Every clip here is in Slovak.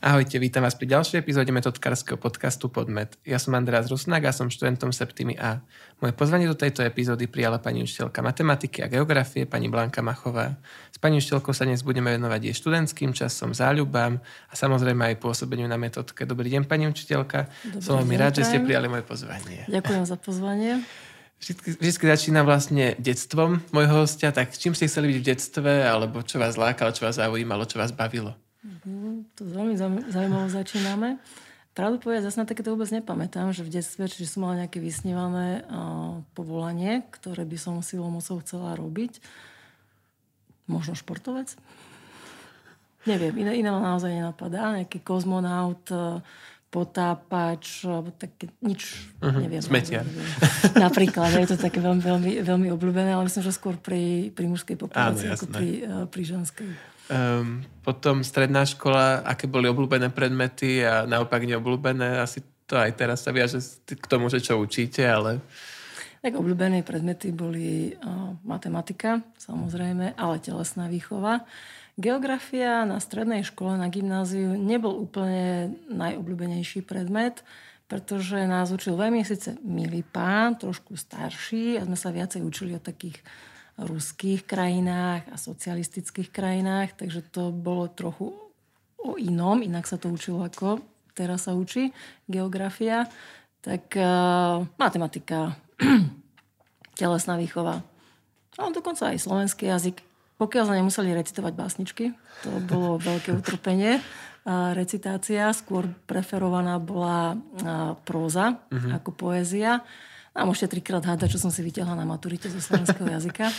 Ahojte, vítam vás pri ďalšej epizóde metodkárskeho podcastu Podmet. Ja som Andreas Rusnák a som študentom Septimy A. Moje pozvanie do tejto epizódy prijala pani učiteľka matematiky a geografie, pani Blanka Machová. S pani učiteľkou sa dnes budeme venovať jej študentským časom, záľubám a samozrejme aj pôsobeniu na metodke. Dobrý deň, pani učiteľka. Som veľmi rád, že ste prijali moje pozvanie. Ďakujem za pozvanie. Vždy začínam vlastne detstvom môjho hostia, tak čím ste chceli byť v detstve, alebo čo vás lákalo, čo vás zaujímalo, čo vás bavilo? To veľmi zaujímaво začíname. Pravdu povedať, zase na také to vôbec nepamätám, že v detstve, čiže som mala nejaké vysnívané povolanie, ktoré by som silou mocou chcela robiť. Možno športovec? Neviem, iné ma naozaj nenapadá. Nejaký kozmonaut, potápač, alebo také nič, neviem. Smetiar. Napríklad, je to také veľmi, veľmi, veľmi obľúbené, ale myslím, že skôr pri mužskej populácii ako pri ženskej. Potom stredná škola, aké boli obľúbené predmety a naopak neobľúbené. Asi to aj teraz sa viaže k tomu, že čo učíte, ale... Tak obľúbené predmety boli matematika, samozrejme, ale telesná výchova. Geografia na strednej škole, na gymnáziu nebol úplne najobľúbenejší predmet, pretože nás učil veľmi síce milý pán, trošku starší a sme sa viacej učili o takých ruských krajinách a socialistických krajinách, takže to bolo trochu o inom, inak sa to učilo ako teraz sa učí geografia. Tak matematika, telesná výchova, no dokonca aj slovenský jazyk. Pokiaľ sa nemuseli recitovať básničky, to bolo veľké utrpenie. Recitácia, skôr preferovaná bola próza ako poézia. A môžete 3-krát hádať, čo som si vytiahla na maturite zo slovenského jazyka.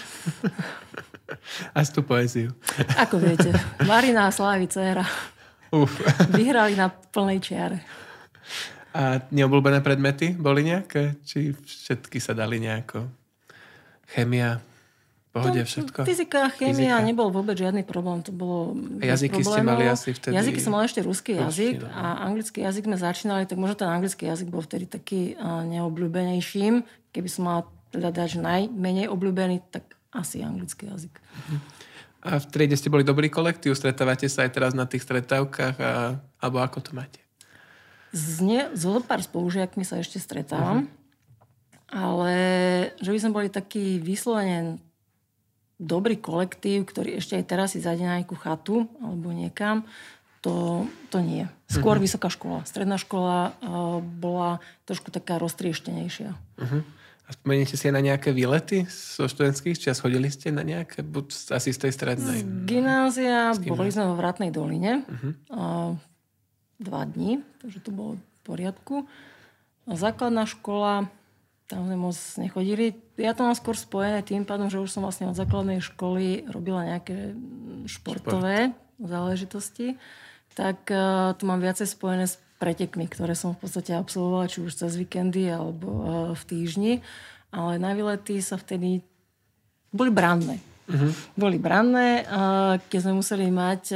A tú poéziu. Ako viete, Marina a Slávy dcéra vyhrali na plnej čiare. A neobľúbené predmety boli nejaké? Či všetky sa dali nejako? Chémia? Pohode, všetko? Fyzika, chémia, nebol vôbec žiadny problém. To bolo a jazyky ste mali asi vtedy? Jazyky som mala ešte ruský jazyk a anglický jazyk sme začínali, tak možno ten anglický jazyk bol vtedy taký neobľúbenejším. Keby som mala teda dať, že najmenej obľúbený, tak asi anglický jazyk. A v triede ste boli dobrý kolektív? Stretávate sa aj teraz na tých stretávkach? Alebo ako to máte? So pár spolužiakmi sa ešte stretávam. Ale že by sme boli taký vyslovene dobrý kolektív, ktorý ešte aj teraz si zajde na nejakú chatu alebo niekam, to nie. Skôr vysoká škola. Stredná škola bola trošku taká roztrieštenejšia. A spomeniete si aj na nejaké výlety zo študentských čias? Chodili ste na nejaké? Buď asi z tej strednej? Gymnázia, boli sme vo Vratnej doline 2 dní, takže to bolo v poriadku. Základná škola, tam sme moc nechodili. Ja to mám skôr spojené tým pádom, že už som vlastne od základnej školy robila nejaké športové záležitosti. Tak to mám viacej spojené s pretekmi, ktoré som v podstate absolvovala, či už cez víkendy alebo v týždni. Ale na výlety sa vtedy boli branné. Boli branné, keď sme museli mať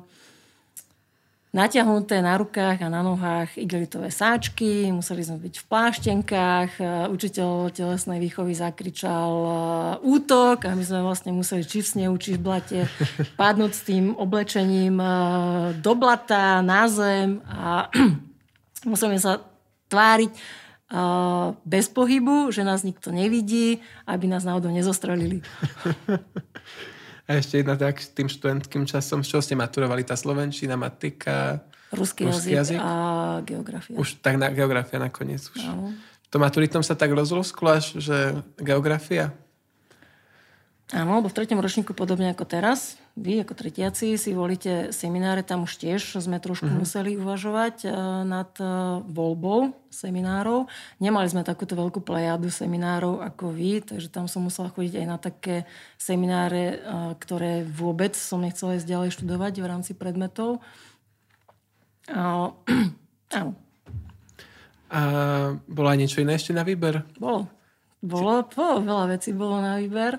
natiahnuté na rukách a na nohách igelitové sáčky, museli sme byť v pláštenkách, učiteľ telesnej výchovy zakričal útok a my sme vlastne museli či v snehu, či v blate padnúť s tým oblečením do blata, na zem a museli sa tváriť bez pohybu, že nás nikto nevidí, aby nás náhodou nezostrelili. A ešte jedna tak tým študentským časom, z čoho ste maturovali? Tá slovenčina, matika, ruský jazyk a geografia. Už tak geografia nakoniec už. No. To maturitom sa tak rozlusklo až, že geografia? Áno, lebo v 3. ročníku podobne ako teraz. Vy ako tretiaci si volíte semináre, tam už tiež sme trošku museli uvažovať nad voľbou seminárov. Nemali sme takúto veľkú plejadu seminárov ako vy, takže tam som musela chodiť aj na také semináre, ktoré vôbec som nechcela ísť ďalej študovať v rámci predmetov. Áno. A bolo aj niečo iné ešte na výber? Bolo veľa vecí bolo na výber.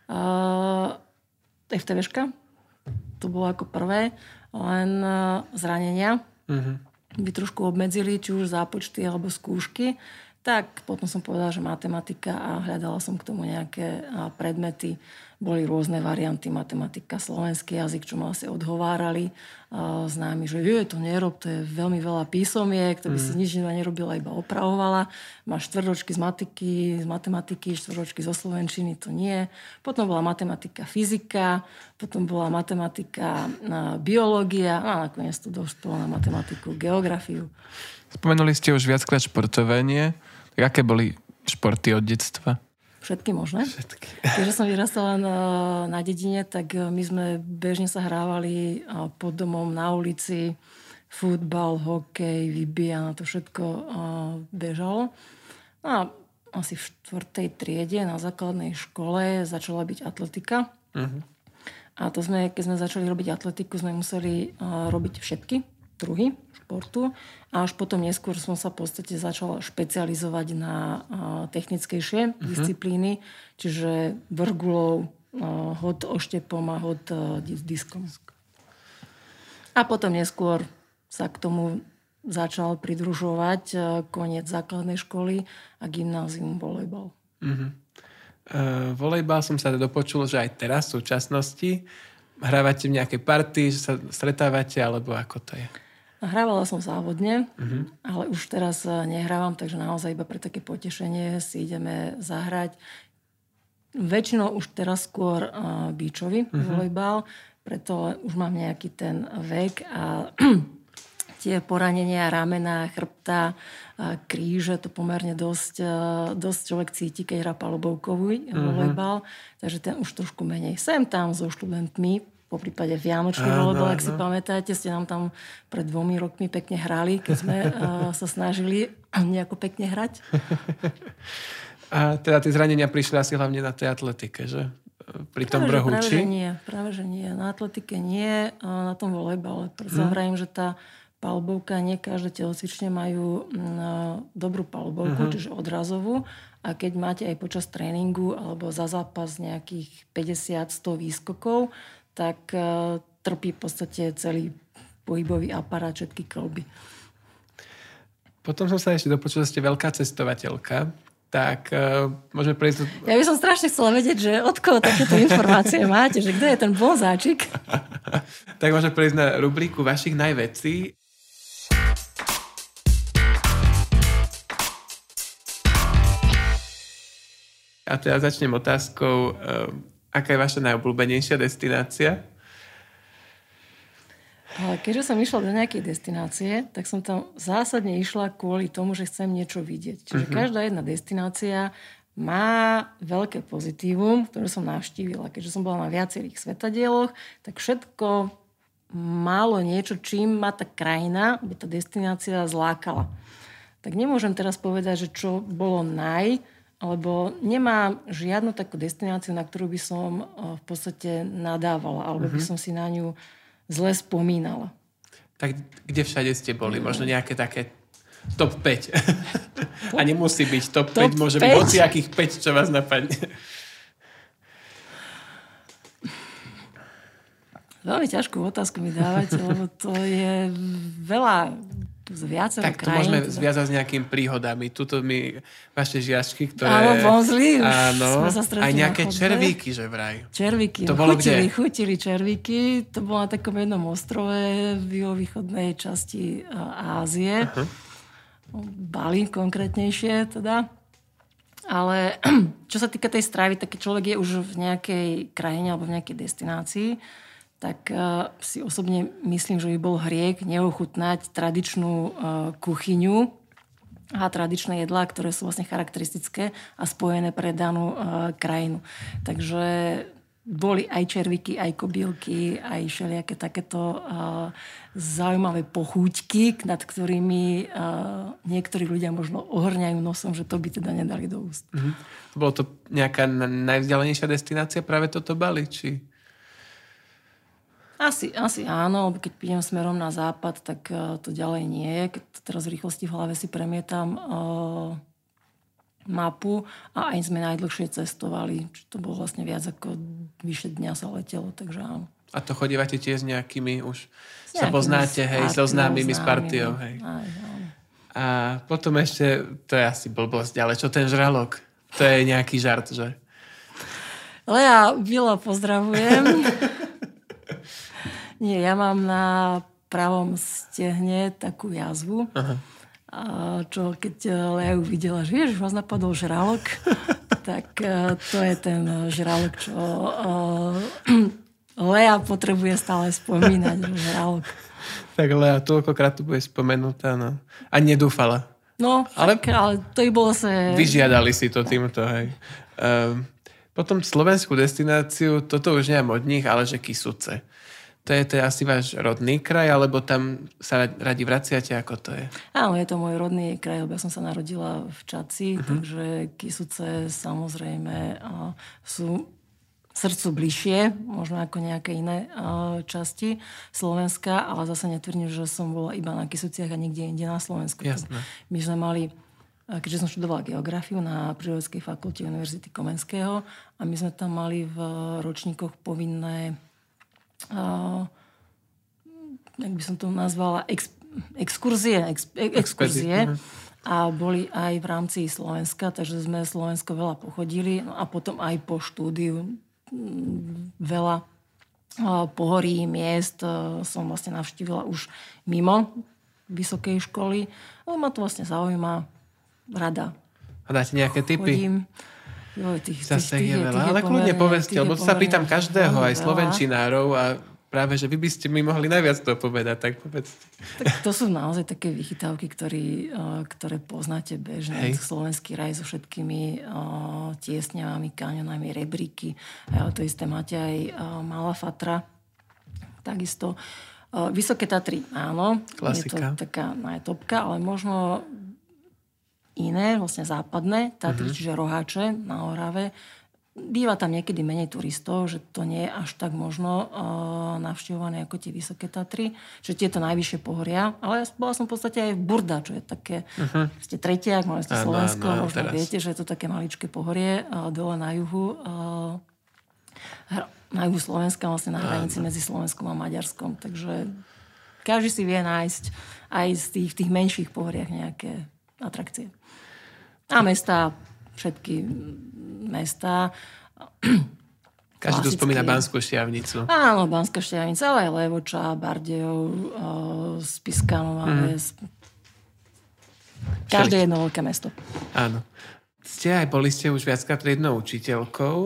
FTVška, to bolo ako prvé, len zranenia by trošku obmedzili, či už zápočty alebo skúšky, tak potom som povedala, že matematika a hľadala som k tomu nejaké predmety Boli rôzne varianty, matematika, slovenský jazyk, čo ma asi odhovárali známi, že to nerob, to je veľmi veľa písomiek, to by si nič nerobila, iba opravovala. Máš 4 ročky z matematiky, 4 ročky zo slovenčiny, to nie. Potom bola matematika, fyzika, potom bola matematika, biológia a nakoniec to došlo na matematiku, geografiu. Spomenuli ste už viackrát športovanie. Tak aké boli športy od detstva? Všetky možné. Keďže som vyrastala na dedine, tak my sme bežne sa hrávali pod domom, na ulici, futbal, hokej, vybíjana, to všetko bežalo. A asi v 4. triede na základnej škole začala byť atletika. A to keď sme začali robiť atletiku, sme museli robiť všetky druhy športu. A až potom neskôr som sa v podstate začala špecializovať na technickejšie disciplíny, čiže vrgulov, hod oštepom a hod diskom. A potom neskôr sa k tomu začal pridružovať koniec základnej školy a gymnázium volejbal. Volejbal som sa dopočul, že aj teraz v súčasnosti hrávate v nejakej partii, že sa stretávate, alebo ako to je? Hrávala som závodne, ale už teraz nehrávam, takže naozaj iba pre také potešenie si ideme zahrať. Väčšinou už teraz skôr beachový volejbal, preto už mám nejaký ten vek a tie poranenia ramena, chrbta, kríže, to pomerne dosť človek cíti, keď hrá palubovkový volejbal, takže ten už trošku menej. Sem tam so študentmi, po prípade vianočný volejbal, ak si pamätáte, ste nám tam pred 2 rokmi pekne hrali, keď sme sa snažili nejako pekne hrať. A teda tie zranenia prišli asi hlavne na tej atletike, že? Pri tom brhu, či? Práve že nie. Na atletike nie, a na tom volejbale. Preto vrajím, že tá palubovka, nie každé telocvične majú dobrú palubovku, čiže odrazovú. A keď máte aj počas tréningu alebo za zápas nejakých 50-100 výskokov, tak trpí v podstate celý pohybový aparát, všetky kĺby. Potom som sa ešte dopočul, že ste veľká cestovateľka, tak môžeme prejsť... Ja by som strašne chcela vedieť, že od koho takéto informácie máte, že kto je ten bonzáčik. Tak môžeme prejsť na rubriku vašich najvecí. A teda začnem otázkou, aká je vaša najobľúbenejšia destinácia? Keďže som išla do nejakej destinácie, tak som tam zásadne išla kvôli tomu, že chcem niečo vidieť. Čiže každá jedna destinácia má veľké pozitívum, ktoré som navštívila. Keďže som bola na viacerých svetadieloch, tak všetko málo niečo, čím ma tá krajina, aby tá destinácia zlákala. Tak nemôžem teraz povedať, že čo bolo lebo nemám žiadnu takú destináciu, na ktorú by som v podstate nadávala, alebo by som si na ňu zle spomínala. Tak kde všade ste boli? Možno nejaké také top 5. A nemusí byť top 5, môže byť hociakých 5, čo vás napadne. Veľmi ťažkú otázku mi dávať, lebo to je veľa z viacero krajín. Tak to môžeme zviazať s nejakými príhodami. Tuto mi vaše žiačky, ktoré... Áno, bonzli. Áno, aj nejaké červíky, že vraj. Červíky. To bolo kde? Chutili červíky. To bolo na takom jednom ostrove v juhovýchodnej časti Ázie. Bali konkrétnejšie teda. Ale čo sa týka tej stravy, tak keď človek je už v nejakej krajine alebo v nejakej destinácii, tak si osobne myslím, že by bol hriech neochutnať tradičnú kuchyňu a tradičné jedlá, ktoré sú vlastne charakteristické a spojené pre danú krajinu. Takže boli aj červíky, aj kobylky, aj všelijaké takéto zaujímavé pochúťky, nad ktorými niektorí ľudia možno ohrňajú nosom, že to by teda nedali do úst. Bolo to nejaká najvzdialenejšia destinácia práve toto Bali, či... Asi áno, keď pôjdem smerom na západ, tak to ďalej nie je. Keď teraz v rýchlosti v hlave si premietam mapu a aj sme najdlhšie cestovali. Čiže to bolo vlastne viac ako vyše dňa sa letelo, takže áno. A to chodívate tiež s nejakými už sa poznáte, hej, so známymi, s partiou, hej. Aj. A potom ešte, to je asi blbosť, ale čo ten žralok? To je nejaký žart, že? Lea, Bila, pozdravujem. Nie, ja mám na pravom stehne takú jazvu. Aha. A čo keď Lea uvidela, že ježiš, vás napadol žralok, tak to je ten žralok, čo Lea potrebuje stále spomínať. Žralok. Tak Lea, toľkokrát tu bude spomenutá. No. A nedúfala. No, ale to i bolo sa... Vyžiadali si to týmto, hej. Potom slovenskú destináciu, toto už nemám od nich, ale že Kysuce. To je asi váš rodný kraj, alebo tam sa radi vraciate, ako to je? Áno, je to môj rodný kraj, lebo ja som sa narodila v Čadci, takže Kysuce samozrejme sú srdcu bližšie, možno ako nejaké iné časti Slovenska, ale zase netvrdím, že som bola iba na Kysuciach a nikde inde na Slovensku. Jasné. My sme mali, keďže som študovala geografiu na Prírodovedeckej fakulte Univerzity Komenského a my sme tam mali v ročníkoch povinné, jak by som to nazvala, exkurzie. A boli aj v rámci Slovenska, takže sme Slovensko veľa pochodili. No a potom aj po štúdiu veľa pohorí, miest som vlastne navštívila už mimo vysokej školy. Ale ma to vlastne zaujíma, rada. A dáte nejaké tipy? Zase je veľa. Ale kľudne povedzte, lebo sa pýtam každého, aj slovenčinárov a práve, že vy by ste mi mohli najviac to povedať, tak povedzte. Tak to sú naozaj také vychytávky, ktoré poznáte bežne. Hej. Slovenský raj so všetkými tiesňami, kaňonami, rebríky. To isté máte aj Malá Fatra. Takisto Vysoké Tatry, áno. Klasika. Je to taká najtopka, ale možno iné, vlastne západné Tatry, čiže Roháče na Orave. Býva tam niekedy menej turistov, že to nie je až tak možno navštevované ako tie Vysoké Tatry. Čiže tieto najvyššie pohoria. Ale bola som v podstate aj v Burda, čo je také ste Tretiak, mali ste Slovensko, možno teraz viete, že je to také maličké pohorie dole na juhu Slovenska, vlastne na hranici medzi Slovenskom a Maďarskom. Takže každý si vie nájsť aj v tých menších pohoriach nejaké atrakcie. A mestá, všetky mestá. Každý tu spomína Banskú Štiavnicu. Áno, Banská Štiavnica, ale aj Levoča, Bardejov, Spišská Nová Ves. Každé jedno veľké mesto. Áno. Boli ste už viackrát jednou učiteľkou.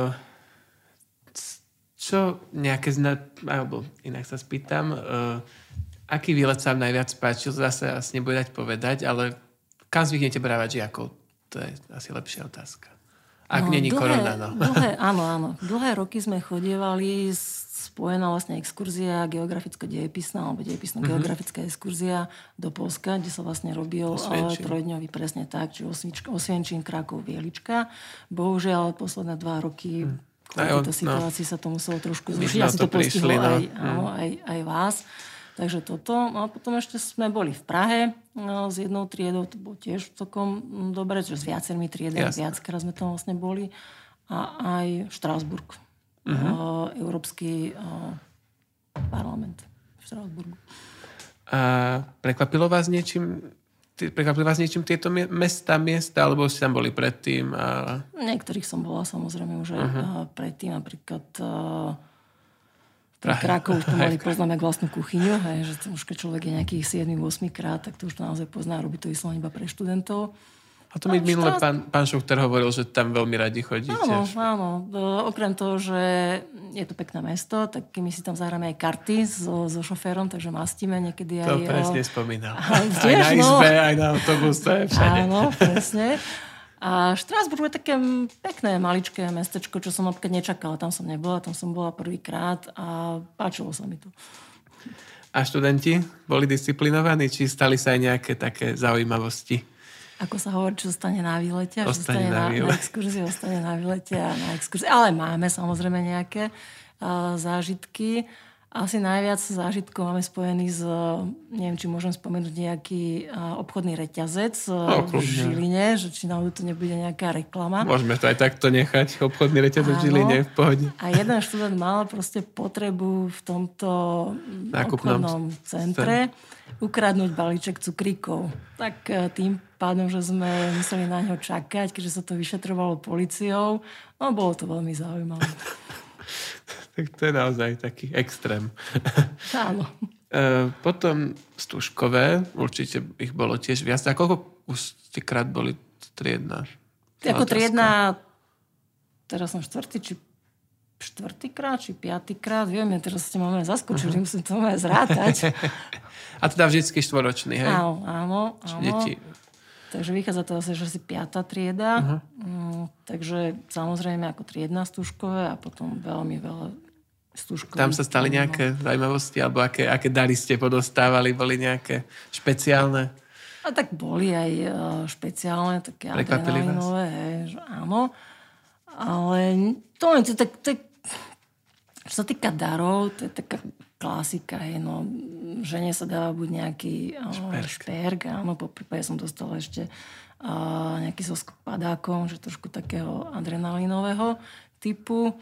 Čo nejaké alebo inak sa spýtam, aký výlet sa vám najviac páčil? Zase asi nebude dať povedať, ale kam zvyknete brávať žiakov? To je asi lepšia otázka. Ak není korona, no. Áno. Dlhé roky sme chodievali spojená vlastne exkurzia geograficko-dejepisná alebo dejepisno-geografická exkurzia do Poľska, kde sa vlastne robil trojdňový, presne tak, čiže Osvienčim, Krakov, Vielička. Bohužiaľ, posledné 2 roky v tejto situácii sa to muselo trošku zrušiť. Asi to postihlo aj vás. Takže toto. A potom ešte sme boli v Prahe s jednou triedou, to bolo tiež celkom dobre, že s viacerými triedami, viackrát sme tam vlastne boli. A aj Štrásburg. Európsky parlament v Štrásburgu. A prekvapilo vás niečím tieto miesta, alebo ste tam boli predtým? Niektorých som bola samozrejme už aj predtým, napríklad Krakov už pomaly poznáme vlastnú kuchyňu, že už keď človek je nejakých 7-8 krát, tak to už to naozaj pozná, robí to vyslovene iba pre študentov. A to mi minule pán Šuchter hovoril, že tam veľmi radi chodíte. Áno. Okrem toho, že je to pekné mesto, tak my si tam zahráme aj karty so šoférom, takže mastíme niekedy aj... To presne spomínal. Aj na izbe, aj na autobuse, všade. Áno, presne. A Štrásburg je také pekné, maličké mestečko, čo som napríklad nečakala. Tam som nebola, tam som bola prvýkrát a páčilo sa mi to. A študenti boli disciplinovaní, či stali sa aj nejaké také zaujímavosti? Ako sa hovorí, čo zostane na výlete, ostane na exkurzii, ostane na výlete a na exkurzii. Ale máme samozrejme nejaké zážitky. Asi najviac zážitkov máme spojený s, neviem, či môžem spomenúť nejaký obchodný reťazec v Žiline, že či náhodou to nebude nejaká reklama. Môžeme to aj takto nechať, obchodný reťazec v Žiline v pohode. A jeden študent mal proste potrebu v tomto obchodnom centre ukradnúť balíček cukríkov. Tak tým pádom, že sme museli na ňo čakať, keďže sa to vyšetrovalo políciou, no bolo to veľmi zaujímavé. Tak to je naozaj taký extrém. Áno. Potom Stužkové, určite ich bolo tiež viac. A koľko už krát boli triedna? Ako triedna, teraz som štvrtýkrát, či piatýkrát, vieme, teraz ste máme zaskočili, musím to máme zrátať. A teda vždycky štvoročný, hej? Áno. Deti. Takže vychádza to asi, že asi 5. trieda. Takže samozrejme ako triedna Stužkové a potom veľmi veľa Stužkových. Tam sa stali nejaké zaujímavosti, alebo aké dary ste podostávali, boli nejaké špeciálne? A tak boli aj špeciálne, také adrenalinové, hej, že áno. Ale to čo sa týka darov, to je taká klasika, hej, no, žene sa dáva buď nejaký šperk, áno, po prípade som dostala ešte nejaký so padákom, že trošku takého adrenalinového typu.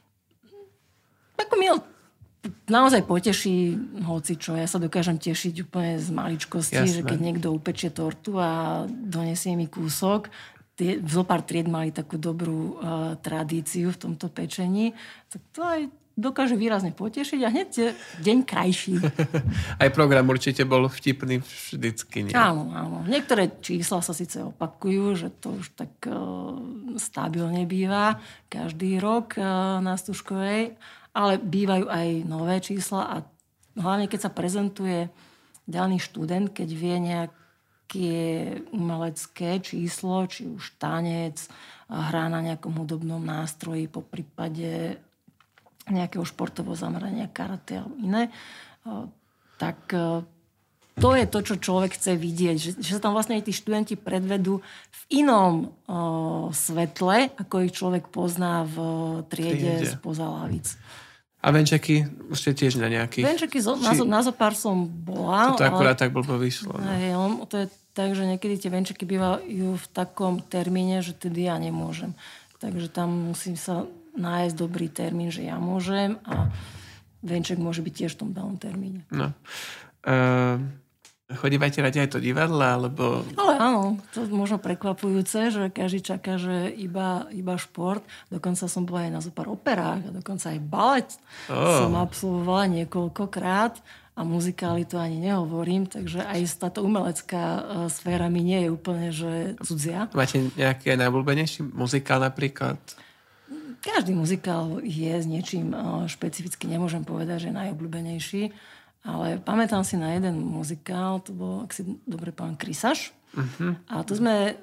Ako mi naozaj poteší hocičo. Ja sa dokážem tešiť úplne z maličkosti, že keď niekto upečie tortu a donesie mi kúsok. Zopár tried mali takú dobrú tradíciu v tomto pečení. Tak to aj dokáže výrazne potešiť a hneď je deň krajší. Aj program určite bol vtipný vždycky, nie? Áno. Niektoré čísla sa síce opakujú, že to už tak stabilne býva každý rok na Stužkovej, ale bývajú aj nové čísla a hlavne keď sa prezentuje daný študent, keď vie nejaké umelecké číslo, či už tanec, hrá na nejakom hudobnom nástroji, po prípade nejakého športového zamerania, karate alebo iné, tak to je to, čo človek chce vidieť. Že sa tam vlastne aj tí študenti predvedú v inom svetle, ako ich človek pozná v triede spoza lavíc. A venčeky už ste tiež na nejakých? Venčeky na zopár som bola. To akurát tak blbo vyšlo. No. To je tak, že niekedy tie venčeky bývajú v takom termíne, že tedy ja nemôžem. Takže tam musím sa nájsť dobrý termín, že ja môžem a venček môže byť tiež v tom danom termíne. No. Chodívate radi aj to divadlo, alebo... Ale áno, to je možno prekvapujúce, že každý čaká, že iba šport. Dokonca som bola aj na zopár operách a dokonca aj balet som absolvovala niekoľkokrát a muzikály to ani nehovorím, takže aj táto umelecká sféra mi nie je úplne že cudzia. Máte nejaký najobľúbenejší muzikál napríklad? Každý muzikál je s niečím špecificky, nemôžem povedať, že najobľúbenejší. Ale pamätám si na jeden muzikál, to bol, ak si dobre pamätám, Krysaš. A to sme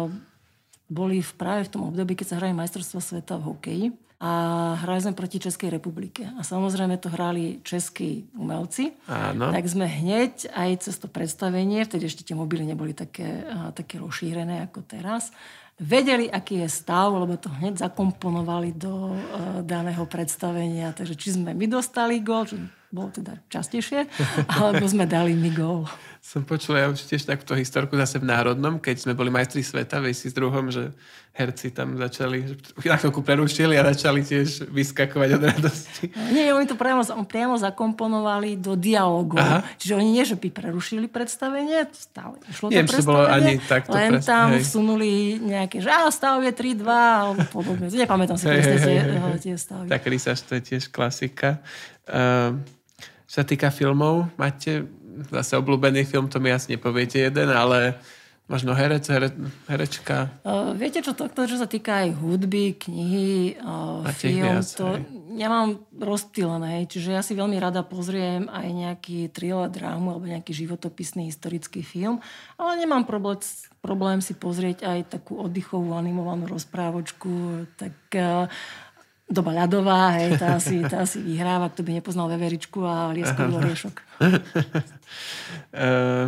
boli práve v tom období, keď sa hrajú majstrovstvá sveta v hokeji. A hrali sme proti Českej republike. A samozrejme to hrali českí umelci. Áno. Tak sme hneď aj cez to predstavenie, vtedy ešte tie mobily neboli také rozšírené ako teraz, vedeli, aký je stav, lebo to hneď zakomponovali do daného predstavenia. Takže či sme my dostali gól, čo bolo teda častejšie, alebo sme dali mi gól. Som počul ja určite takúto historku zase v Národnom, keď sme boli majstri sveta v 2002, že herci tam začali, na chvíľku prerušili a začali tiež vyskakovať od radosti. Nie, oni to priamo zakomponovali do dialógu. Čiže oni nie, že by prerušili predstavenie, stále išlo to predstavenie, len tam vsunuli nejaké, že stav je 3-2, alebo podobne. Nepamätám si tie stavy. Tak Rysaš, to je tiež klasika. Čo sa týka filmov, máte zase obľúbený film, to mi jasne nepoviete jeden, ale možno herečka. Viete čo, to, čo sa týka aj hudby, knihy, film, to ja mám rozptýlené, čiže ja si veľmi rada pozriem aj nejaký thriller, drámu alebo nejaký životopisný historický film, ale nemám problém si pozrieť aj takú oddychovú animovanú rozprávočku, tak Doba ľadová, hej, tá si vyhráva, kto by nepoznal Veveričku a Lieskový oriešok.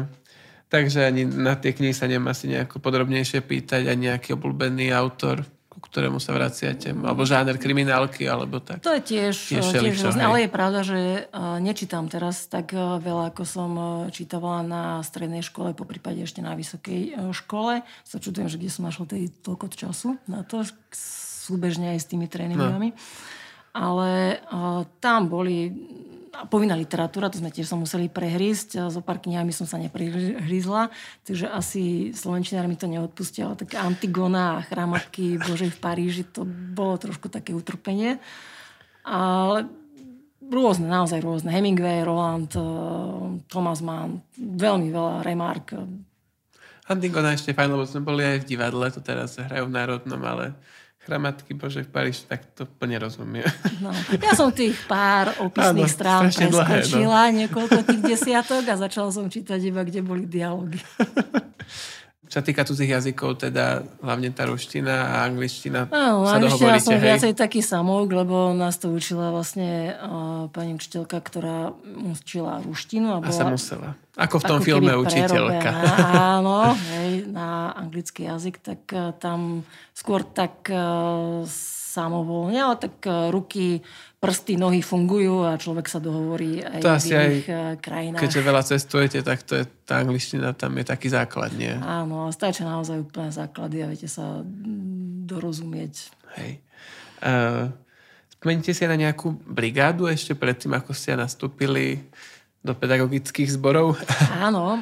Takže ani na tie knihy sa nemá asi nejako podrobnejšie pýtať, ani nejaký obľúbený autor, ku ku ktorému sa vraciate? Alebo žáner kriminálky, alebo tak? To je tiež rôzne, ale je pravda, že nečítam teraz tak veľa, ako som čítavala na strednej škole, po prípade ešte na vysokej škole. Sa čudujem, že kde som našla toľko času na to, súbežne aj s tými tréningami. No. Ale tam boli povinná literatúra, to sme tiež sa museli prehrísť. So pár knihami som sa neprehrízla, takže asi slovenčinári mi to neodpustia, ale také Antigona a Chrámatky Božej v Paríži, to bolo trošku také utrpenie. Ale rôzne, naozaj rôzne. Hemingway, Roland, Thomas Mann, veľmi veľa, Remarque. Antigona ešte fajn, lebo sme boli aj v divadle, to teraz hrajú v Národnom, ale Chrámatky Božej v Paríži, tak to plne rozumiem. No, ja som tých pár opisných strán preskočila, niekoľko tých desiatok a začala som čítať iba, kde boli dialógy. Čo sa týka cudzích jazykov, teda hlavne tá ruština a angličtina sa dohovoríte, som viacej taký samouk, lebo nás to učila vlastne pani učiteľka, ktorá učila ruštinu. A sa musela. Ako v tom filme Učiteľka. Áno, hej, na anglický jazyk, tak tam skôr tak samovolne, ale tak ruky, prsty, nohy fungujú a človek sa dohovorí aj v iných krajinách. Keďže veľa cestujete, tak to je, tá angličtina tam je taký základ, nie? Áno, stačí naozaj úplne základy a viete sa dorozumieť. Hej. Spomeňte si na nejakú brigádu ešte predtým, ako ste nastúpili do pedagogických zborov? Áno.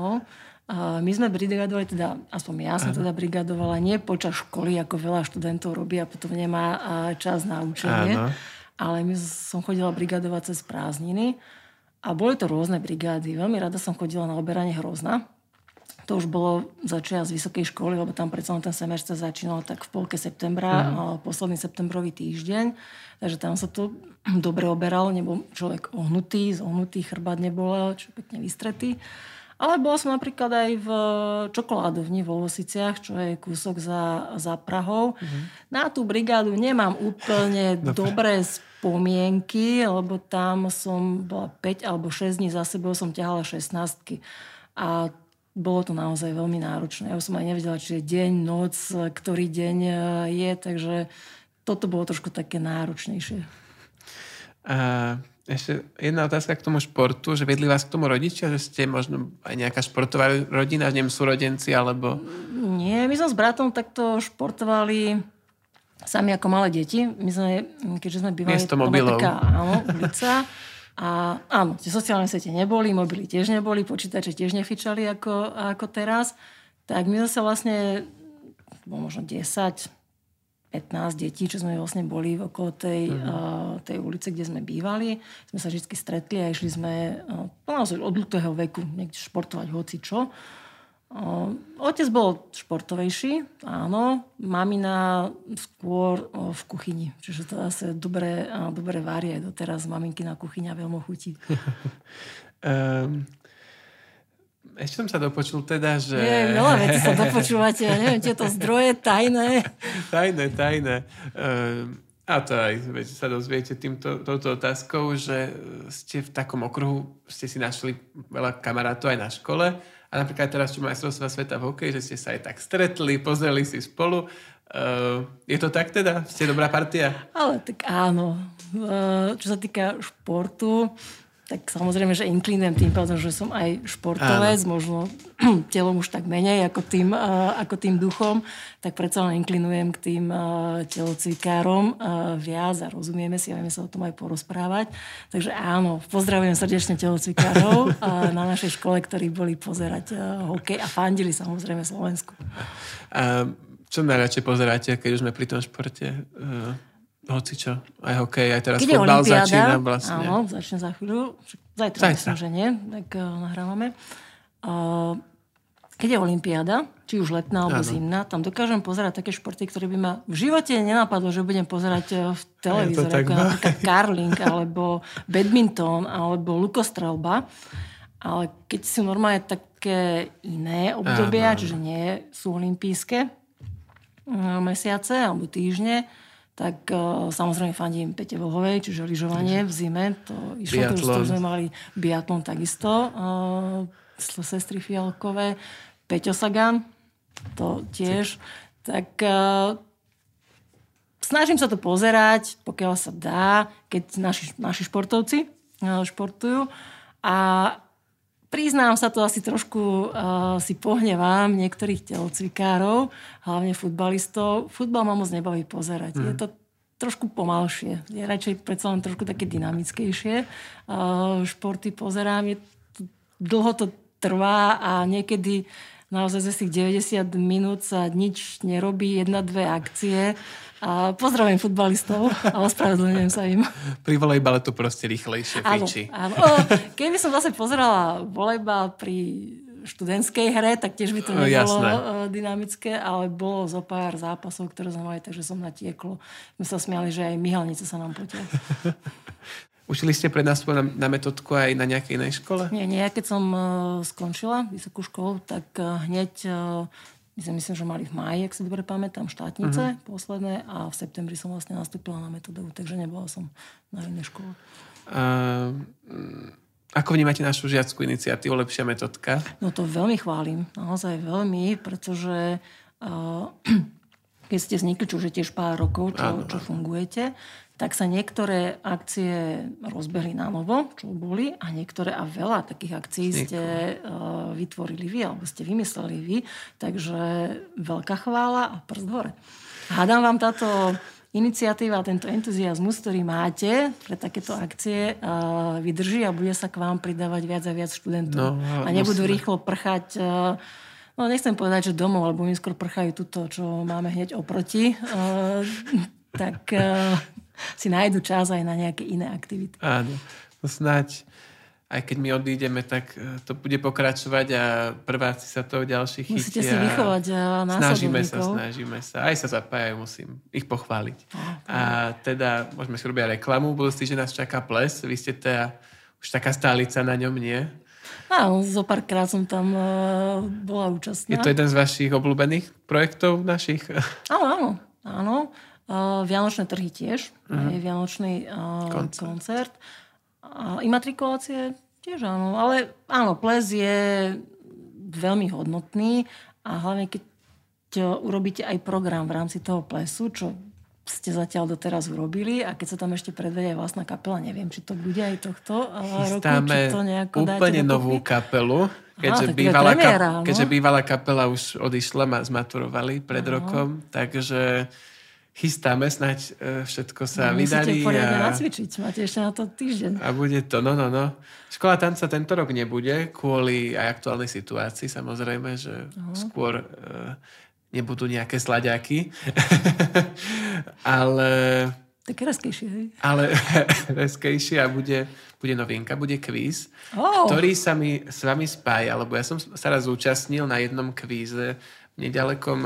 My sme brigadovali, teda aspoň ja som teda brigadovala nie počas školy, ako veľa študentov robí a potom nemá čas na učenie. Áno. Ale som chodila brigadovať cez prázdniny a boli to rôzne brigády. Veľmi rada som chodila na oberanie hrozna. To už bolo začiaľ z vysokej školy, lebo tam predsa ten semester začínal tak v polke septembra, posledný septembrový týždeň. Takže tam sa to dobre oberalo, nebol človek ohnutý, chrbát nebol, čo pekne vystretý. Ale bola som napríklad aj v čokoládovni vo Losiciach, čo je kúsok za Prahou. Na tú brigádu nemám úplne dobré spomienky, lebo tam som bola 5 alebo 6 dní za sebou, som ťahala 16. A bolo to naozaj veľmi náročné. Ja som aj nevedela, či je deň, noc, ktorý deň je, takže toto bolo trošku také náročnejšie. Ešte jedna otázka k tomu športu, že vedli vás k tomu rodičia, že ste možno aj nejaká športová rodina, neviem, súrodenci, alebo... Nie, my sme s bratom takto športovali sami ako malé deti. My sme, keďže sme bývali... Miesto mobilov. Áno, ulica. A áno, tie sociálne siete neboli, mobily tiež neboli, počítače tiež nefičali ako teraz. Tak my sme sa vlastne, možno 10... 15 detí, čo sme vlastne boli okolo tej ulice, kde sme bývali. Sme sa vždy stretli a išli sme naozaj od ľutého veku niekde športovať hocičo. Otec bol športovejší, áno. Mamina skôr v kuchyni. Čiže to zase dobre varí aj doteraz. Maminkina kuchyňa veľmi chutí. Ešte som sa dopočul teda, že... Veľa vecí sa dopočúvate, ja neviem, tieto zdroje tajné. Tajné. A to aj sa dozviete touto otázkou, že ste v takom okruhu, ste si našli veľa kamarátov aj na škole a napríklad teraz, čo majstrovstvá sveta v hokeji, že ste sa aj tak stretli, pozreli si spolu. Je to tak teda? Ste dobrá partia? Ale tak áno. Čo sa týka športu, tak samozrejme, že inklinujem tým pádom, že som aj športovec, možno telom už tak menej ako tým duchom, tak predsa len inklinujem k tým telocvikárom viac a rozumieme si a vieme sa o tom aj porozprávať. Takže áno, pozdravujem srdečne telocvikárov na našej škole, ktorí boli pozerať hokej a fandili samozrejme Slovensku. A čo najradšej pozeráte, keď už sme pri tom športe? Hocičo, aj hokej, aj teraz futbal začína vlastne. Áno, začne za chvíľu. Zajtra myslím, že nie, tak nahrávame. Keď je olympiáda, či už letná alebo zimná, tam dokážem pozerať také športy, ktoré by ma v živote nenapadlo, že budem pozerať v televízore, ako napríklad curling, alebo badminton, alebo lukostrelba. Ale keď sú normálne také iné obdobia, čiže nie sú olympijské mesiace alebo týždne, tak samozrejme fandím Pete Vlhovej, čiže lyžovanie v zime. To išlo, to už sme mali biatlon takisto. Sestry Fialkové. Peťo Sagan, to tiež. Tak snažím sa to pozerať, pokiaľ sa dá, keď naši športovci športujú. A priznám sa to, asi trošku si pohnevám niektorých telocvikárov, hlavne futbalistov. Futbal ma moc nebaví pozerať. Je to trošku pomalšie. Je radšej predsa len trošku také dynamickejšie. Športy pozerám, dlho to trvá a niekedy naozaj za tých 90 minút sa nič nerobí, 1-2 akcie. A pozdravujem futbalistov a ospravedlňujem sa im. Pri volejbale to proste rýchlejšie fičí. Áno. Keby som zase pozerala volejbal pri študentskej hre, tak tiež by to nebolo dynamické, ale bolo zo pár zápasov, ktoré sme mali, takže som natieklo. My sa smiali, že aj myhalnice sa nám potia. Učili ste prednášku na metodku aj na nejakej inej škole? Nie. Keď som skončila vysokú školu, tak hneď, myslím, že mali v máji, ak si dobre pamätám, štátnice posledné a v septembri som vlastne nastúpila na metodovú, takže nebola som na inej škole. Ako vnímate našu žiackú iniciatívu Lepšia metodka? No to veľmi chválim, naozaj veľmi, pretože keď ste vznikli, čo už je tiež pár rokov, čo fungujete, tak sa niektoré akcie rozbehli na novo, čo boli, a niektoré a veľa takých akcií ste vytvorili vy, alebo ste vymysleli vy. Takže veľká chvála a prst hore. Hádam vám táto iniciatíva, tento entuziazmus, ktorý máte pre takéto akcie, vydrží a bude sa k vám pridávať viac a viac študentov. A nebudú rýchlo prchať, nechcem povedať, že domov, lebo mi skôr prchajú tuto, čo máme hneď oproti. Tak si nájdu čas aj na nejaké iné aktivity. Áno, snáď aj keď my odídeme, tak to bude pokračovať a prváci sa toho ďalší chytia. Musíte si vychovať následovníkov. Snažíme sa. Aj sa zapájajú, musím ich pochváliť. A teda môžeme si robiť reklamu. Budúci týždeň nás čaká ples. Vy ste teda už taká stálica na ňom, nie? Áno, zo párkrát som tam bola účastná. Je to jeden z vašich obľúbených projektov našich? Áno. Vianočné trhy tiež. Je vianočný koncert. Imatrikulácie tiež áno. Ale áno, ples je veľmi hodnotný a hlavne keď urobíte aj program v rámci toho plesu, čo ste zatiaľ doteraz urobili a keď sa tam ešte predvedie aj vlastná kapela, neviem, či to bude aj tohto roku, či to nejako dáte úplne novú kapelu. Keďže bývalá kapela už odišla, zmaturovali pred rokom, takže chystáme, snáď všetko sa vydarí. Musíte poriadne nacvičiť, máte ešte na to týždeň. A bude to, no. Škola tanca tento rok nebude, kvôli aj aktuálnej situácii, samozrejme, že skôr nebudú nejaké slaďáky. Ale... Také reskejšie, hej? Ale reskejšie a bude novinka, bude kvíz, ktorý sa mi s vami spája, lebo ja som sa raz zúčastnil na jednom kvíze v nedalekom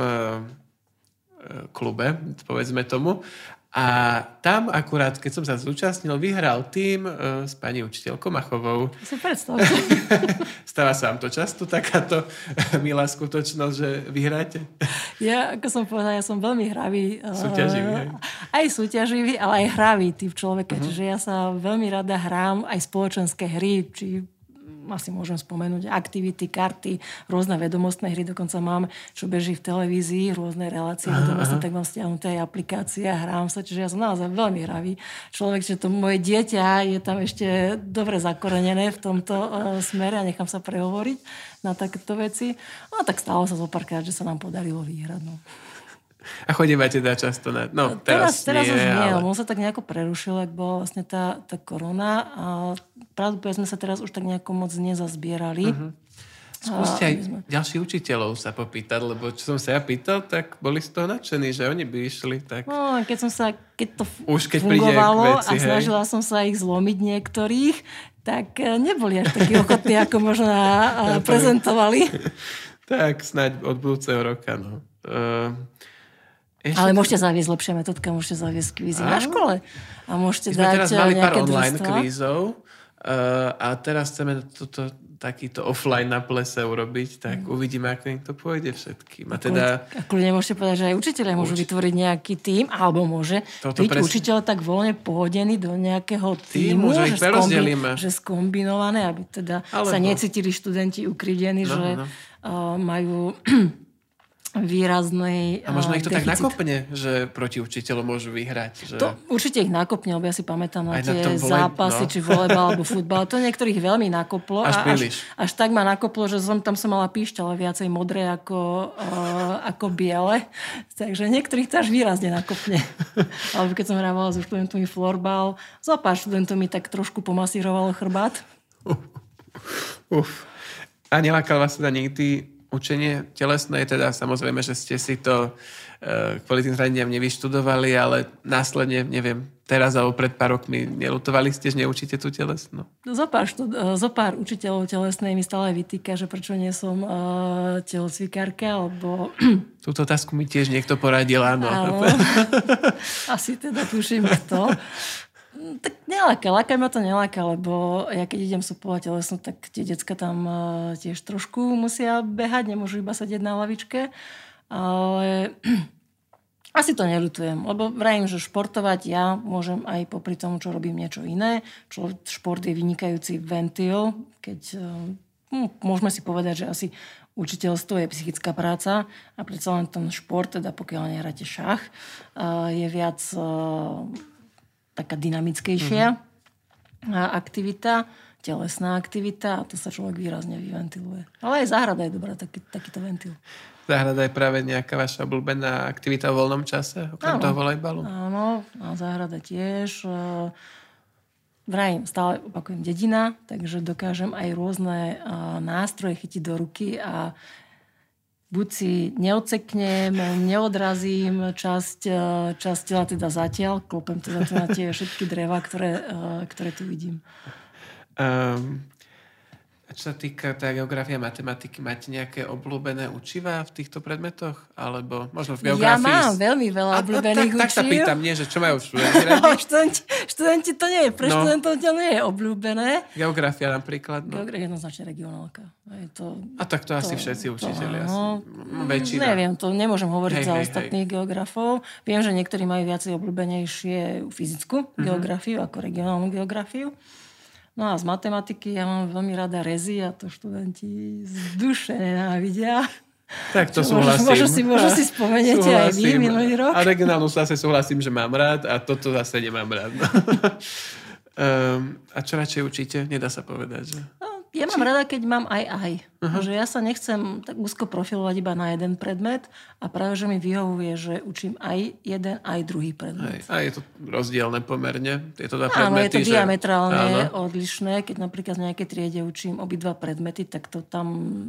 klube, povedzme tomu. A tam akurát, keď som sa zúčastnil, vyhral tým s pani učiteľkou Machovou. Si predstavte. Stáva sa vám to často, takáto milá skutočnosť, že vyhráte? Ja, ako som povedala, ja som veľmi hravý. Súťaživý, hej? Aj súťaživý, ale aj hravý typ človeka. Čiže ja sa veľmi rada hrám aj spoločenské hry, či asi môžem spomenúť aktivity, karty, rôzne vedomostné hry, dokonca mám, čo beží v televízii, rôzne relácie vedomostné, tak mám stiahnuté aj aplikácie a hrám sa, čiže ja som naozaj veľmi hravý človek, že to moje dieťa je tam ešte dobre zakorenené v tomto smere a nechám sa prehovoriť na takéto veci. No tak stalo sa zo párkrát, že sa nám podarilo vyhrať. No. A chodívate teda často na... No, teraz nie, už nie, ale... on sa tak nejako prerušil, ak bola vlastne tá korona a pravdu sme sa teraz už tak nejako moc nezazbierali. Skúste aj ďalších učiteľov sa popýtať, lebo čo som sa ja pýtal, tak boli z toho nadšení, že oni by išli. Tak... No, keď to keď fungovalo veci, a snažila som sa ich zlomiť niektorých, tak neboli až takí ochotní, ako možno prezentovali. Tak snáď od budúceho roka, no. Ale môžete zaviesť lepšia metodka, môžete zaviesť kvízy na škole. A môžete dať teraz mali pár online družstva. kvízov a teraz chceme takýto offline na plese urobiť, tak uvidíme, ako im to pôjde všetkým. A kľudne môžete povedať, že aj učiteľia môžu vytvoriť nejaký tím, alebo môže byť učiteľ tak voľne pohodený do nejakého tímu, že skombinované, aby teda sa necítili študenti ukrivdení, že majú výrazný A možno ich to deficit. tak nakopne, že proti učiteľom môžu vyhrať. Že... To určite ich nakopne, lebo ja si pamätám na Aj tie na zápasy, či volejbal alebo futbal. To niektorých veľmi nakoplo. Až tak ma nakoplo, že tam som mala píšťale viacej modré ako biele. Takže niektorých to až výrazne nakopne. Alebo keď som hrávala so študentmi florbal, so pár študentov mi tak trošku pomasírovalo chrbát. A nelákal vás teda nikdy učenie telesné, teda samozrejme, že ste si to kvôli tým zraneniam nevyštudovali, ale následne, neviem, teraz alebo pred pár rokmi nelutovali ste, že neučíte tú telesnú? Zopár učiteľov telesnej mi stále vytýka, že prečo nie som telocvikárka, alebo... Túto otázku mi tiež niekto poradil, áno. Asi teda tuším kto. Tak láka ma to neláka, lebo ja keď idem supovať telesnú, tak tie decka tam tiež trošku musia behať, nemôžu iba sedieť na lavičke, ale asi to neľutujem, lebo vravím, že športovať ja môžem aj popri tomu, čo robím niečo iné. Šport je vynikajúci ventil, keď môžeme si povedať, že asi učiteľstvo je psychická práca a predsa len ten šport, teda pokiaľ nehráte šach, je viac taká dynamickejšia aktivita, telesná aktivita a to sa človek výrazne vyventiluje. Ale aj záhrada je dobrá, takýto ventil. Záhrada je práve nejaká vaša obľúbená aktivita v voľnom čase, okrem toho volejbalu? Áno, a záhrada tiež. Vrajím, stále opakujem, dedina, takže dokážem aj rôzne nástroje chytiť do ruky a buď si neodseknem, neodrazím časť tela teda zatiaľ, klopem teda na tie všetky dreva, ktoré tu vidím. A čo sa týka tá geografia a matematiky, máte nejaké obľúbené učiva v týchto predmetoch? Alebo možno v geografii... Ja mám veľmi veľa obľúbených učiv. Tak sa pýtam, nie, že čo majú študenti radi? Študenti to nie je, pre študentov to nie je obľúbené. Geografia napríklad? Geografia je jednoznačne regionálka. A tak to asi všetci učiteľi. Väčšina. Neviem, to nemôžem hovoriť za ostatných geografov. Viem, že niektorí majú viacej obľúbenejšie fyzickú geografiu ako regionálnu geografiu. No a z matematiky ja mám veľmi rada rezy a to študenti z duše nenávidia. Tak to súhlasím. Možno si spomeniete aj vy minulý rok. A regionálnu zase súhlasím, že mám rád a toto zase nemám rád. A čo radšej učíte? Nedá sa povedať, že... Ja mám rada, keď mám aj. Že ja sa nechcem tak úzko profilovať iba na jeden predmet a práve, že mi vyhovuje, že učím aj jeden, aj druhý predmet. A je to rozdielne pomerne? Je to dva predmety, áno, je to diametrálne áno. odlišné. Keď napríklad v nejakej triede učím obidva predmety, tak to tam...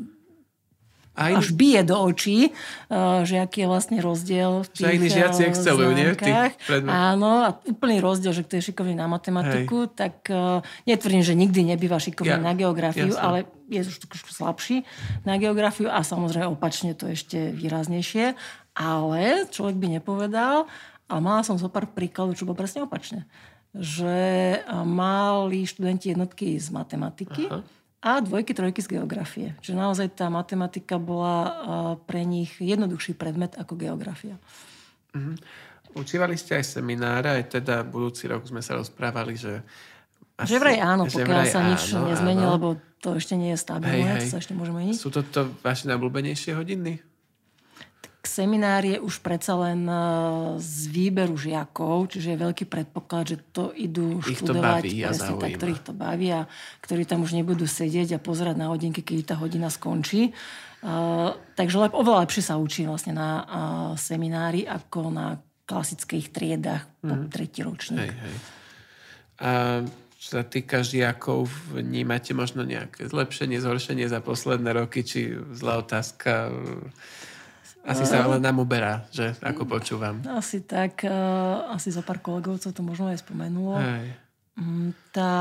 až bije do očí, že aký je vlastne rozdiel v tých že iní žiaci excelujú, nie? Áno, a úplný rozdiel, že kto je šikovný na matematiku, tak netvrdím, že nikdy nebýva šikovný na geografiu, ale je už trošku slabší na geografiu a samozrejme opačne to ešte výraznejšie. Ale človek by nepovedal, a mala som zo pár príkladov, čo bolo presne opačne. Že mali študenti jednotky z matematiky, a dvojky, trojky z geografie. Čiže naozaj tá matematika bola pre nich jednoduchší predmet ako geografia. Učívali ste aj semináre, aj teda budúci rok sme sa rozprávali, že... Že vraj áno, pokiaľ sa nič nezmení, lebo to ešte nie je stabilné, to sa ešte môže meniť. Sú to vaše najobľúbenejšie hodiny? Seminár je už predsa len z výberu žiakov, čiže je veľký predpoklad, že to idú študovať presne tak, ktorých to baví a ktorí tam už nebudú sedieť a pozerať na hodinky, keď tá hodina skončí. Takže oveľa lepšie sa učí vlastne na seminári ako na klasických triedách po tretí ročník. A čo sa týka žiakov, vnímate možno nejaké zlepšenie, zhoršenie za posledné roky, či zlá otázka... Asi sa len nám uberá, že ako počúvam. Asi tak. Asi za pár kolegovcov to možno aj spomenulo. Tá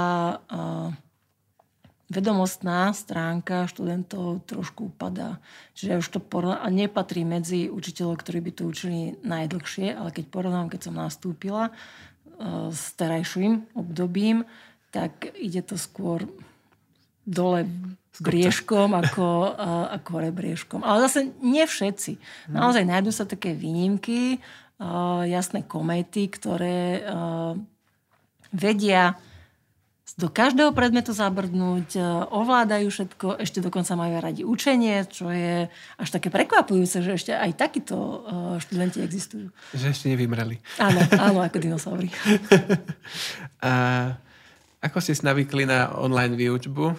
vedomostná stránka študentov trošku upadá. Čiže už to nepatrí medzi učiteľov, ktorí by to učili najdlhšie, ale keď porovnám, keď som nastúpila s terajším obdobím, tak ide to skôr dole briežkom ako hore briežkom. Ale zase nie všetci. Naozaj nájdú sa také výnimky, jasné kométy, ktoré vedia do každého predmetu zabrdnúť, ovládajú všetko, ešte dokonca majú radi učenie, čo je až také prekvapujúce, že ešte aj takíto študenti existujú. Že ešte nevymreli. Áno, ako dinosaury. A ako ste navykli na online výučbu?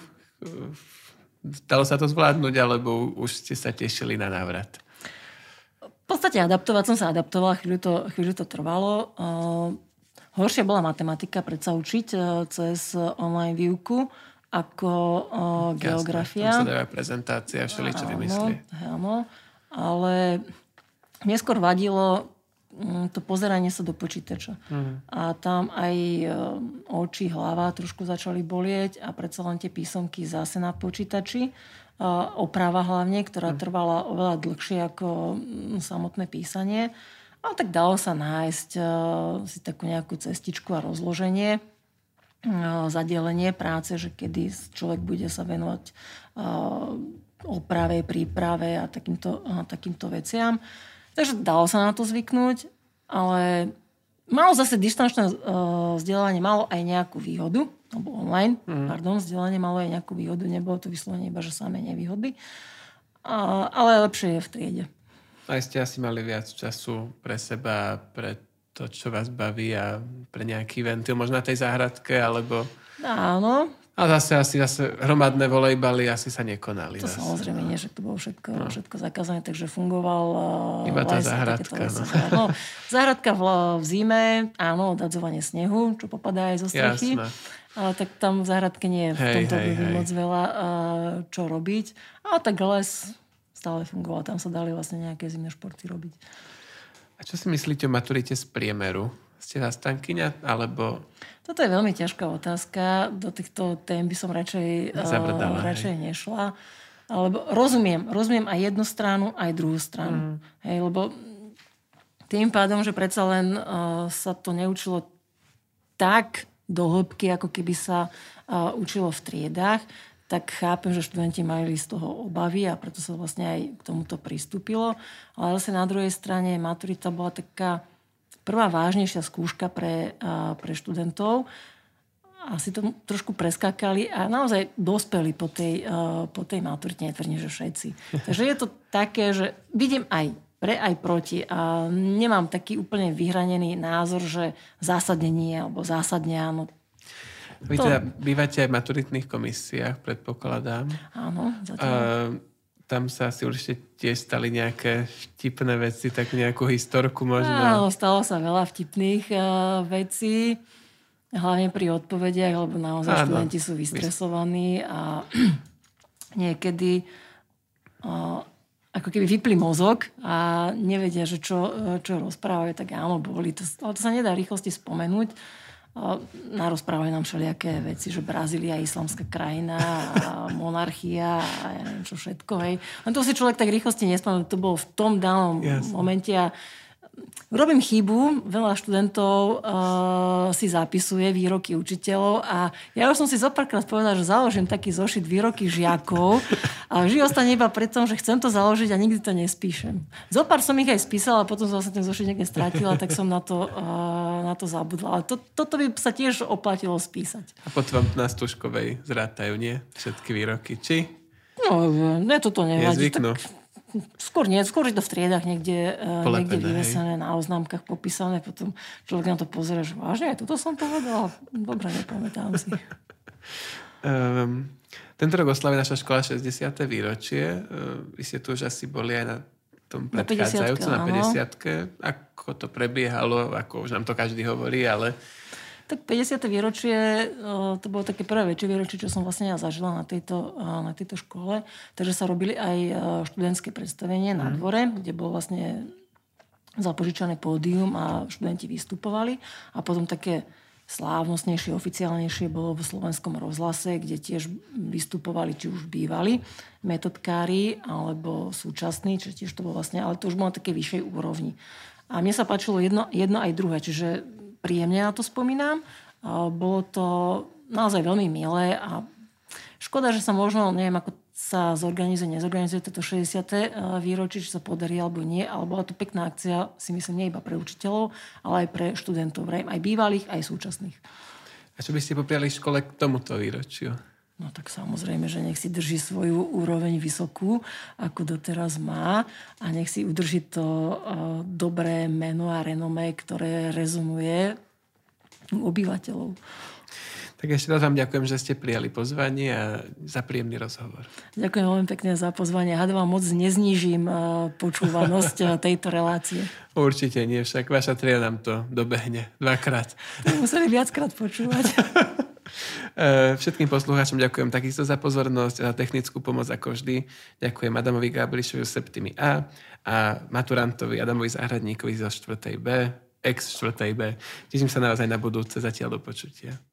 Dalo sa to zvládnuť, alebo už ste sa tešili na návrat? V podstate som sa adaptovala, chvíľu to trvalo. Horšia bola matematika predsa učiť cez online výuku ako geografia. Tam sa dáva prezentácia, všeličo vymyslí. Áno, ale neskôr vadilo to pozeranie sa do počítača. A tam aj oči, hlava trošku začali bolieť a predsa len tie písomky zase na počítači. Oprava hlavne, ktorá trvala oveľa dlhšie ako samotné písanie. A tak dalo sa nájsť si takú nejakú cestičku a rozloženie, zadelenie práce, že kedy človek bude sa venovať oprave, príprave a takýmto veciam. Takže dalo sa na to zvyknúť, ale malo zase dištančné vzdelávanie, malo aj nejakú výhodu, alebo online, vzdelanie malo aj nejakú výhodu, nebolo to vyslovene iba, že samé nevýhody, ale lepšie je v triede. Aj ste asi mali viac času pre seba, pre to, čo vás baví a pre nejaký ventil, možno na tej záhradke, alebo... Áno. A zase hromadné volejbaly asi sa nekonali. To zase. Samozrejme nie, že to bolo všetko zakázané, takže fungoval... Iba tá záhradka. No, záhradka v zime, áno, odadzovanie snehu, čo popadá aj zo strechy. Jasné. Ale tak tam v záhradke nie je v tomto období moc veľa čo robiť. A tak les stále fungoval. Tam sa dali vlastne nejaké zimné športy robiť. A čo si myslíte o maturite z priemeru? Ste zastankyňa, alebo... Toto je veľmi ťažká otázka. Do týchto tém by som radšej nešla. Alebo rozumiem aj jednu stranu, aj druhú stranu. Hej, lebo tým pádom, že predsa len sa to neučilo tak do hĺbky, ako keby sa učilo v triedách, tak chápem, že študenti mali z toho obavy a preto sa vlastne aj k tomuto pristúpilo. Ale zase na druhej strane maturita bola taká prvá vážnejšia skúška pre študentov. Asi to trošku preskákali a naozaj dospeli po tej maturite, netvrdím, že všetci. Takže je to také, že vidím aj pre, aj proti a nemám taký úplne vyhranený názor, že zásadne nie alebo zásadne áno. Vy teda bývate aj v maturitných komisiách, predpokladám. Áno, zatiaľ. Tam sa asi určite tiež stali nejaké vtipné veci, tak nejakú historku možno. Áno, stalo sa veľa vtipných vecí, hlavne pri odpovediach, lebo naozaj študenti sú vystresovaní a niekedy ako keby vypli mozog a nevedia, že čo rozprávajú, tak áno, boli to. Ale to sa nedá v rýchlosti spomenúť. Narozprávajú nám všelijaké veci, že Brazília je islamská krajina a monarchia a ja neviem čo všetko. Hej. Len to si človek tak rýchlosti nespomenul. To bolo v tom danom momente a robím chybu, veľa študentov si zapisuje výroky učiteľov a ja už som si zopárkrát povedala, že založím taký zošit výroky žiakov a vždy ostane iba pred tom, že chcem to založiť a nikdy to nespíšem. Zopár som ich aj spísala a potom som vlastne ten zošit niekde strátila, tak som na to zabudla. Ale toto by sa tiež oplatilo spísať. A potom na Stužkovej zrátajú, nie? Všetky výroky, či? No, toto nevadí. Nezvyknú. Skôr je to v triedách niekde vyvesené, na oznámkach popísané, potom človek na to pozrie, že vážne, toto som povedala. Dobre, nepamätám si. Tento rok oslavuje naša škola 60. výročie. Vy ste tu už asi boli aj na tom predchádzajúcom, na 50. Ako to prebiehalo, ako už nám to každý hovorí, ale... Tak 50. výročie, to bolo také prvé väčšie výročie, čo som vlastne ja zažila na tejto škole. Takže sa robili aj študentské predstavenie na dvore, kde bolo vlastne zapožičané pódium a študenti vystupovali. A potom také slávnostnejšie, oficiálnejšie bolo v Slovenskom rozhlase, kde tiež vystupovali, či už bývali metodkári, alebo súčasní, čiže tiež to bolo vlastne, ale to už bolo na takej vyššej úrovni. A mne sa páčilo jedno aj druhé, čiže príjemne na to spomínam. Bolo to naozaj veľmi milé a škoda, že sa možno, neviem, ako sa nezorganizuje toto 60. výročie, či sa podarí alebo nie, ale bola to pekná akcia, si myslím, nie iba pre učiteľov, ale aj pre študentov, aj bývalých, aj súčasných. A čo by ste popriali škole k tomuto výročiu? No tak samozrejme, že nech si drží svoju úroveň vysokú, ako doteraz má a nech si udrží to dobré meno a renomé, ktoré rezonuje u obyvateľov. Tak ešte raz vám ďakujem, že ste prijali pozvanie a za príjemný rozhovor. Ďakujem veľmi pekne za pozvanie. Hádam vám moc neznížim počúvanosť tejto relácie. Určite nie, však vaša tria nám to dobehne dvakrát. Museli viackrát počúvať. Všetkým poslucháčom ďakujem takisto za pozornosť a za technickú pomoc ako vždy. Ďakujem Adamovi Gáblišovi z Septimy A a maturantovi Adamovi Záhradníkovi zo 4. B, ex 4. B. Teším sa na vás aj na budúce. Zatiaľ do počutia.